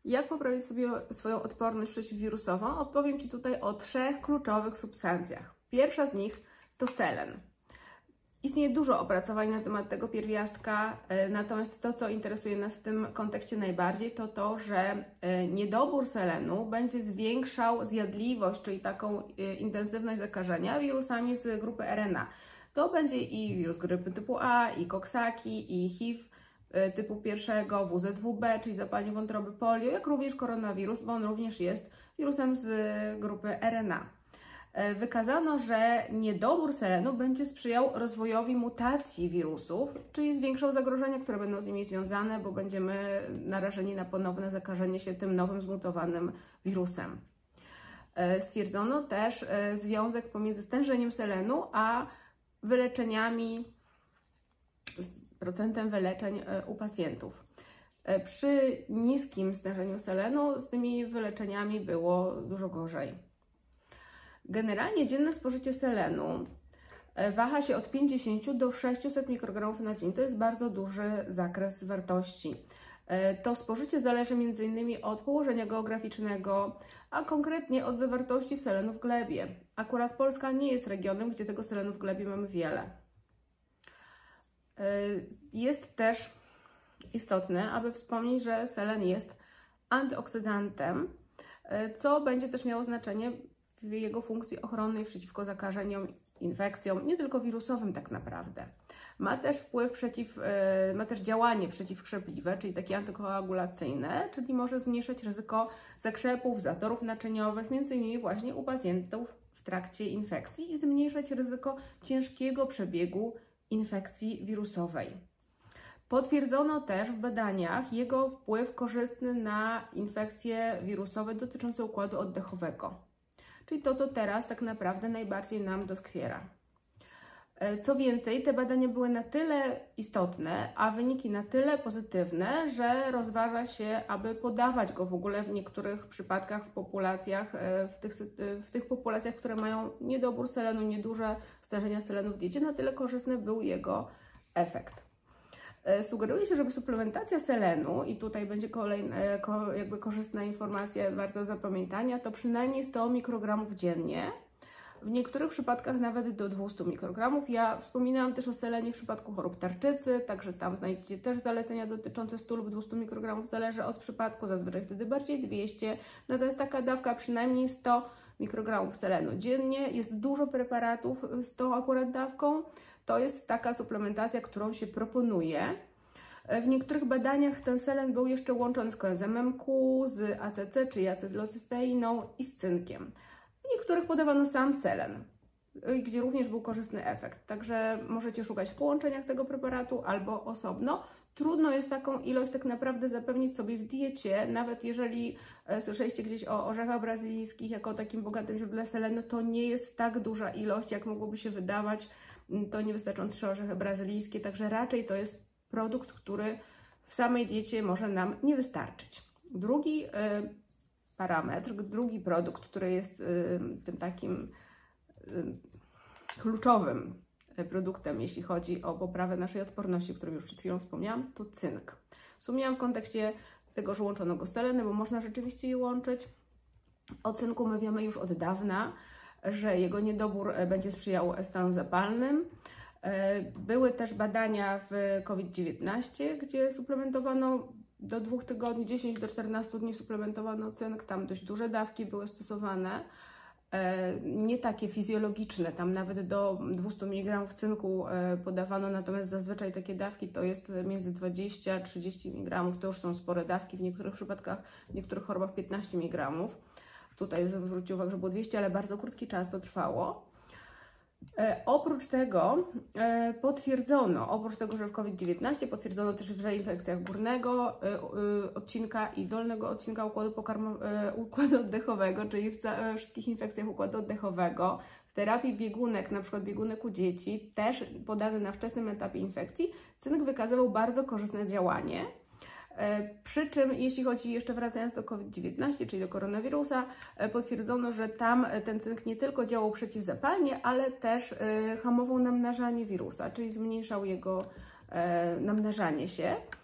Jak poprawić sobie swoją odporność przeciwwirusową? Opowiem Ci tutaj o 3 kluczowych substancjach. Pierwsza z nich to selen. Istnieje dużo opracowań na temat tego pierwiastka, natomiast to, co interesuje nas w tym kontekście najbardziej, to to, że niedobór selenu będzie zwiększał zjadliwość, czyli taką intensywność zakażenia wirusami z grupy RNA. To będzie i wirus grypy typu A, i koksaki, i HIV typu 1, WZWB, czyli zapalenie wątroby, polio, jak również koronawirus, bo on również jest wirusem z grupy RNA. Wykazano, że niedobór selenu będzie sprzyjał rozwojowi mutacji wirusów, czyli zwiększał zagrożenia, które będą z nimi związane, bo będziemy narażeni na ponowne zakażenie się tym nowym zmutowanym wirusem. Stwierdzono też związek pomiędzy stężeniem selenu a wyleczeniami, procentem wyleczeń u pacjentów. Przy niskim stężeniu selenu z tymi wyleczeniami było dużo gorzej. Generalnie dzienne spożycie selenu waha się od 50 do 600 mikrogramów na dzień. To jest bardzo duży zakres wartości. To spożycie zależy m.in. od położenia geograficznego, a konkretnie od zawartości selenu w glebie. Akurat Polska nie jest regionem, gdzie tego selenu w glebie mamy wiele. Jest też istotne, aby wspomnieć, że selen jest antyoksydantem, co będzie też miało znaczenie w jego funkcji ochronnej przeciwko zakażeniom, infekcjom, nie tylko wirusowym tak naprawdę. Ma też wpływ ma też działanie przeciwkrzepliwe, czyli takie antykoagulacyjne, czyli może zmniejszyć ryzyko zakrzepów, zatorów naczyniowych, m.in. właśnie u pacjentów w trakcie infekcji i zmniejszać ryzyko ciężkiego przebiegu infekcji wirusowej. Potwierdzono też w badaniach jego wpływ korzystny na infekcje wirusowe dotyczące układu oddechowego, czyli to, co teraz tak naprawdę najbardziej nam doskwiera. Co więcej, te badania były na tyle istotne, a wyniki na tyle pozytywne, że rozważa się, aby podawać go w ogóle w niektórych przypadkach w populacjach, w tych populacjach, które mają niedobór selenu, nieduże stężenia selenu w diecie, na tyle korzystny był jego efekt. Sugeruje się, żeby suplementacja selenu, i tutaj będzie kolejna korzystna informacja warta zapamiętania, to przynajmniej 100 mikrogramów dziennie, w niektórych przypadkach nawet do 200 mikrogramów. Ja wspominałam też o selenie w przypadku chorób tarczycy, także tam znajdziecie też zalecenia dotyczące 100 lub 200 mikrogramów, zależy od przypadku, zazwyczaj wtedy bardziej 200, natomiast taka dawka przynajmniej 100 mikrogramów selenu dziennie. Jest dużo preparatów z tą akurat dawką. To jest taka suplementacja, którą się proponuje. W niektórych badaniach ten selen był jeszcze łączony z koenzymem Q, z ACT, czyli acetylocysteiną i z cynkiem. W niektórych podawano sam selen, gdzie również był korzystny efekt. Także możecie szukać w połączeniach tego preparatu albo osobno. Trudno jest taką ilość tak naprawdę zapewnić sobie w diecie, nawet jeżeli słyszeliście gdzieś o orzechach brazylijskich jako o takim bogatym źródle selenu, to nie jest tak duża ilość, jak mogłoby się wydawać. To nie wystarczą 3 orzechy brazylijskie, także raczej to jest produkt, który w samej diecie może nam nie wystarczyć. Drugi parametr, drugi produkt, który jest tym takim kluczowym produktem, jeśli chodzi o poprawę naszej odporności, o którym już przed chwilą wspomniałam, to cynk. Wspomniałam w kontekście tego, że łączono go z selenem, bo można rzeczywiście je łączyć. O cynku my wiemy już od dawna, że jego niedobór będzie sprzyjał stanom zapalnym. Były też badania w COVID-19, gdzie suplementowano do 2 tygodni, 10 do 14 dni suplementowano cynk, tam dość duże dawki były stosowane, nie takie fizjologiczne, tam nawet do 200 mg cynku podawano, natomiast zazwyczaj takie dawki to jest między 20 a 30 mg, to już są spore dawki, w niektórych przypadkach, w niektórych chorobach 15 mg. Tutaj zwróćcie uwagę, że było 200, ale bardzo krótki czas to trwało. Oprócz tego oprócz tego, że w COVID-19 potwierdzono też w infekcjach górnego odcinka i dolnego odcinka układu oddechowego, czyli w wszystkich infekcjach układu oddechowego, w terapii biegunek, na przykład biegunek u dzieci, też podany na wczesnym etapie infekcji, cynk wykazywał bardzo korzystne działanie. Przy czym, jeśli chodzi, jeszcze wracając do COVID-19, czyli do koronawirusa, potwierdzono, że tam ten cynk nie tylko działał przeciwzapalnie, ale też hamował namnażanie wirusa, czyli zmniejszał jego namnażanie się. W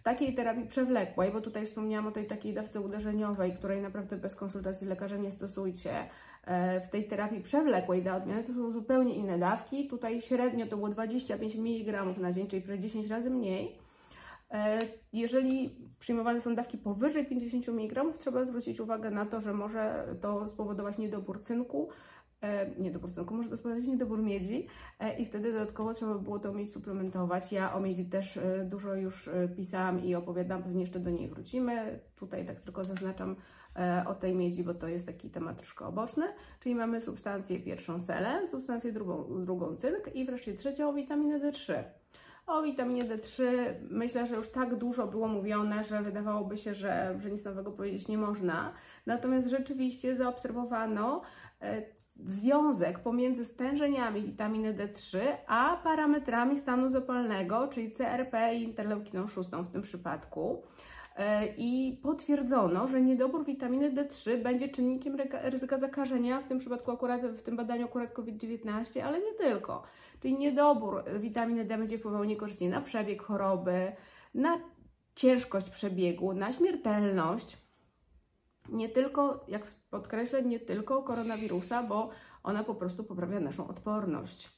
takiej terapii przewlekłej, bo tutaj wspomniałam o tej takiej dawce uderzeniowej, której naprawdę bez konsultacji lekarza nie stosujcie, w tej terapii przewlekłej dla odmiany to są zupełnie inne dawki. Tutaj średnio to było 25 mg na dzień, czyli prawie 10 razy mniej. Jeżeli przyjmowane są dawki powyżej 50 mg, trzeba zwrócić uwagę na to, że może to spowodować niedobór cynku, może to spowodować niedobór miedzi i wtedy dodatkowo trzeba by było to miedź suplementować. Ja o miedzi też dużo już pisałam i opowiadam, pewnie jeszcze do niej wrócimy. Tutaj tak tylko zaznaczam o tej miedzi, bo to jest taki temat troszkę oboczny. Czyli mamy substancję pierwszą selen, substancję drugą cynk i wreszcie trzecią witaminę D3. O witaminie D3 myślę, że już tak dużo było mówione, że wydawałoby się, że nic nowego powiedzieć nie można. Natomiast rzeczywiście zaobserwowano związek pomiędzy stężeniami witaminy D3 a parametrami stanu zapalnego, czyli CRP i interleukiną 6 w tym przypadku. I potwierdzono, że niedobór witaminy D3 będzie czynnikiem ryzyka zakażenia, w tym przypadku w tym badaniu akurat COVID-19, ale nie tylko. Czyli niedobór witaminy D będzie wpływał niekorzystnie na przebieg choroby, na ciężkość przebiegu, na śmiertelność. Nie tylko, jak podkreślę, nie tylko koronawirusa, bo ona po prostu poprawia naszą odporność.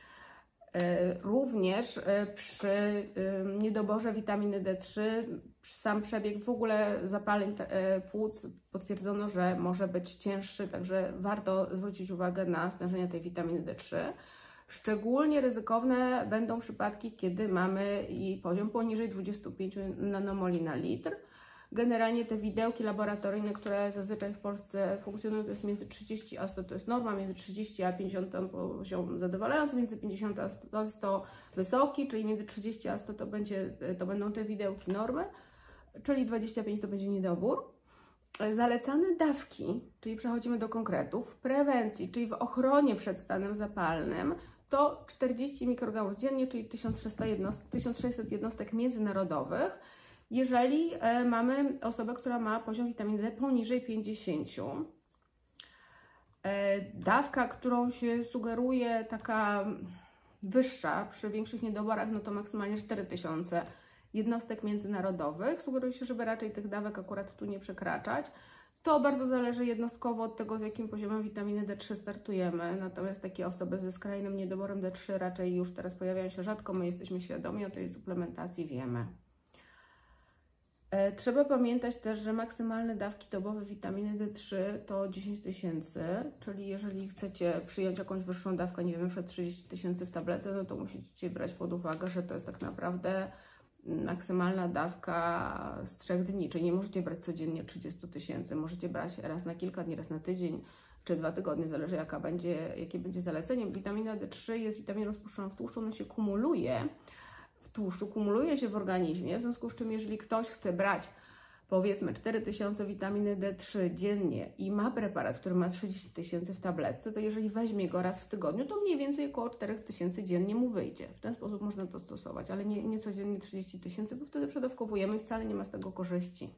Również przy niedoborze witaminy D3 sam przebieg w ogóle zapaleń płuc potwierdzono, że może być cięższy, także warto zwrócić uwagę na stężenia tej witaminy D3. Szczególnie ryzykowne będą przypadki, kiedy mamy jej poziom poniżej 25 nanomoli na litr. Generalnie te widełki laboratoryjne, które zazwyczaj w Polsce funkcjonują, to jest między 30 a 100, to jest norma, między 30 a 50 to poziom zadowalający, między 50 a 100 wysoki, czyli między 30 a 100 to będą te widełki normy, czyli 25 to będzie niedobór. Zalecane dawki, czyli przechodzimy do konkretów, w prewencji, czyli w ochronie przed stanem zapalnym, to 40 mikrogramów dziennie, czyli 1600 jednostek międzynarodowych. Jeżeli mamy osobę, która ma poziom witaminy D poniżej 50, dawka, którą się sugeruje, taka wyższa przy większych niedoborach, no to maksymalnie 4000 jednostek międzynarodowych. Sugeruje się, żeby raczej tych dawek akurat tu nie przekraczać. To bardzo zależy jednostkowo od tego, z jakim poziomem witaminy D3 startujemy. Natomiast takie osoby ze skrajnym niedoborem D3 raczej już teraz pojawiają się rzadko. My jesteśmy świadomi o tej suplementacji, wiemy. Trzeba pamiętać też, że maksymalne dawki dobowe witaminy D3 to 10 000, czyli jeżeli chcecie przyjąć jakąś wyższą dawkę, nie wiem, np. 30 000 w tablece, no to musicie brać pod uwagę, że to jest tak naprawdę maksymalna dawka z 3 dni, czyli nie możecie brać codziennie 30 000, możecie brać raz na kilka dni, raz na tydzień, czy 2 tygodnie, zależy jakie będzie zalecenie. Witamina D3 jest witaminą rozpuszczoną w tłuszczu, ona się kumuluje w tłuszczu, kumuluje się w organizmie, w związku z czym jeżeli ktoś chce brać powiedzmy 4000 witaminy D3 dziennie i ma preparat, który ma 30 000 w tabletce, to jeżeli weźmie go raz w tygodniu, to mniej więcej około 4000 dziennie mu wyjdzie. W ten sposób można to stosować, ale nie codziennie 30 000, bo wtedy przedawkowujemy i wcale nie ma z tego korzyści.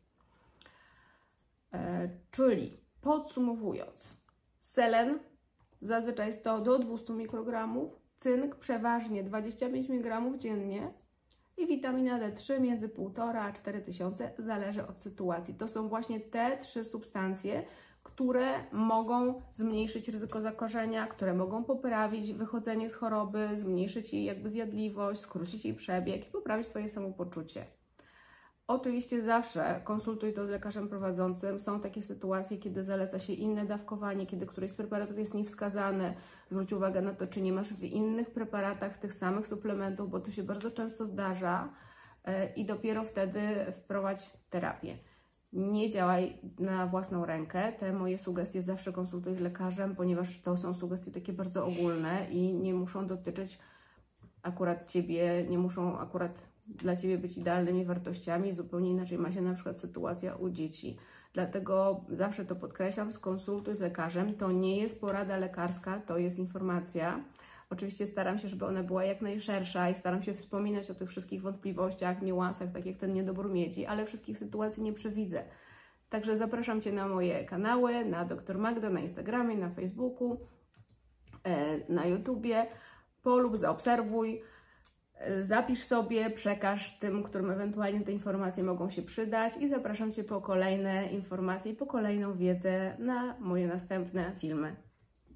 Czyli podsumowując, selen zazwyczaj jest to do 200 mikrogramów, cynk przeważnie 25 mg dziennie i witamina D3 między 1,5 a 4000, zależy od sytuacji. To są właśnie te 3 substancje, które mogą zmniejszyć ryzyko zakażenia, które mogą poprawić wychodzenie z choroby, zmniejszyć jej zjadliwość, skrócić jej przebieg i poprawić Twoje samopoczucie. Oczywiście zawsze konsultuj to z lekarzem prowadzącym. Są takie sytuacje, kiedy zaleca się inne dawkowanie, kiedy któryś z preparatów jest niewskazany. Zwróć uwagę na to, czy nie masz w innych preparatach tych samych suplementów, bo to się bardzo często zdarza i dopiero wtedy wprowadź terapię. Nie działaj na własną rękę. Te moje sugestie zawsze konsultuj z lekarzem, ponieważ to są sugestie takie bardzo ogólne i nie muszą dotyczyć akurat Ciebie, nie muszą akurat dla Ciebie być idealnymi wartościami, zupełnie inaczej ma się na przykład sytuacja u dzieci. Dlatego zawsze to podkreślam, skonsultuj z lekarzem. To nie jest porada lekarska, to jest informacja. Oczywiście staram się, żeby ona była jak najszersza i staram się wspominać o tych wszystkich wątpliwościach, niuansach, tak jak ten niedobór miedzi, ale wszystkich sytuacji nie przewidzę. Także zapraszam Cię na moje kanały, na Dr Magda, na Instagramie, na Facebooku, na YouTubie. Polub, zaobserwuj. Zapisz sobie, przekaż tym, którym ewentualnie te informacje mogą się przydać i zapraszam Cię po kolejne informacje i po kolejną wiedzę na moje następne filmy.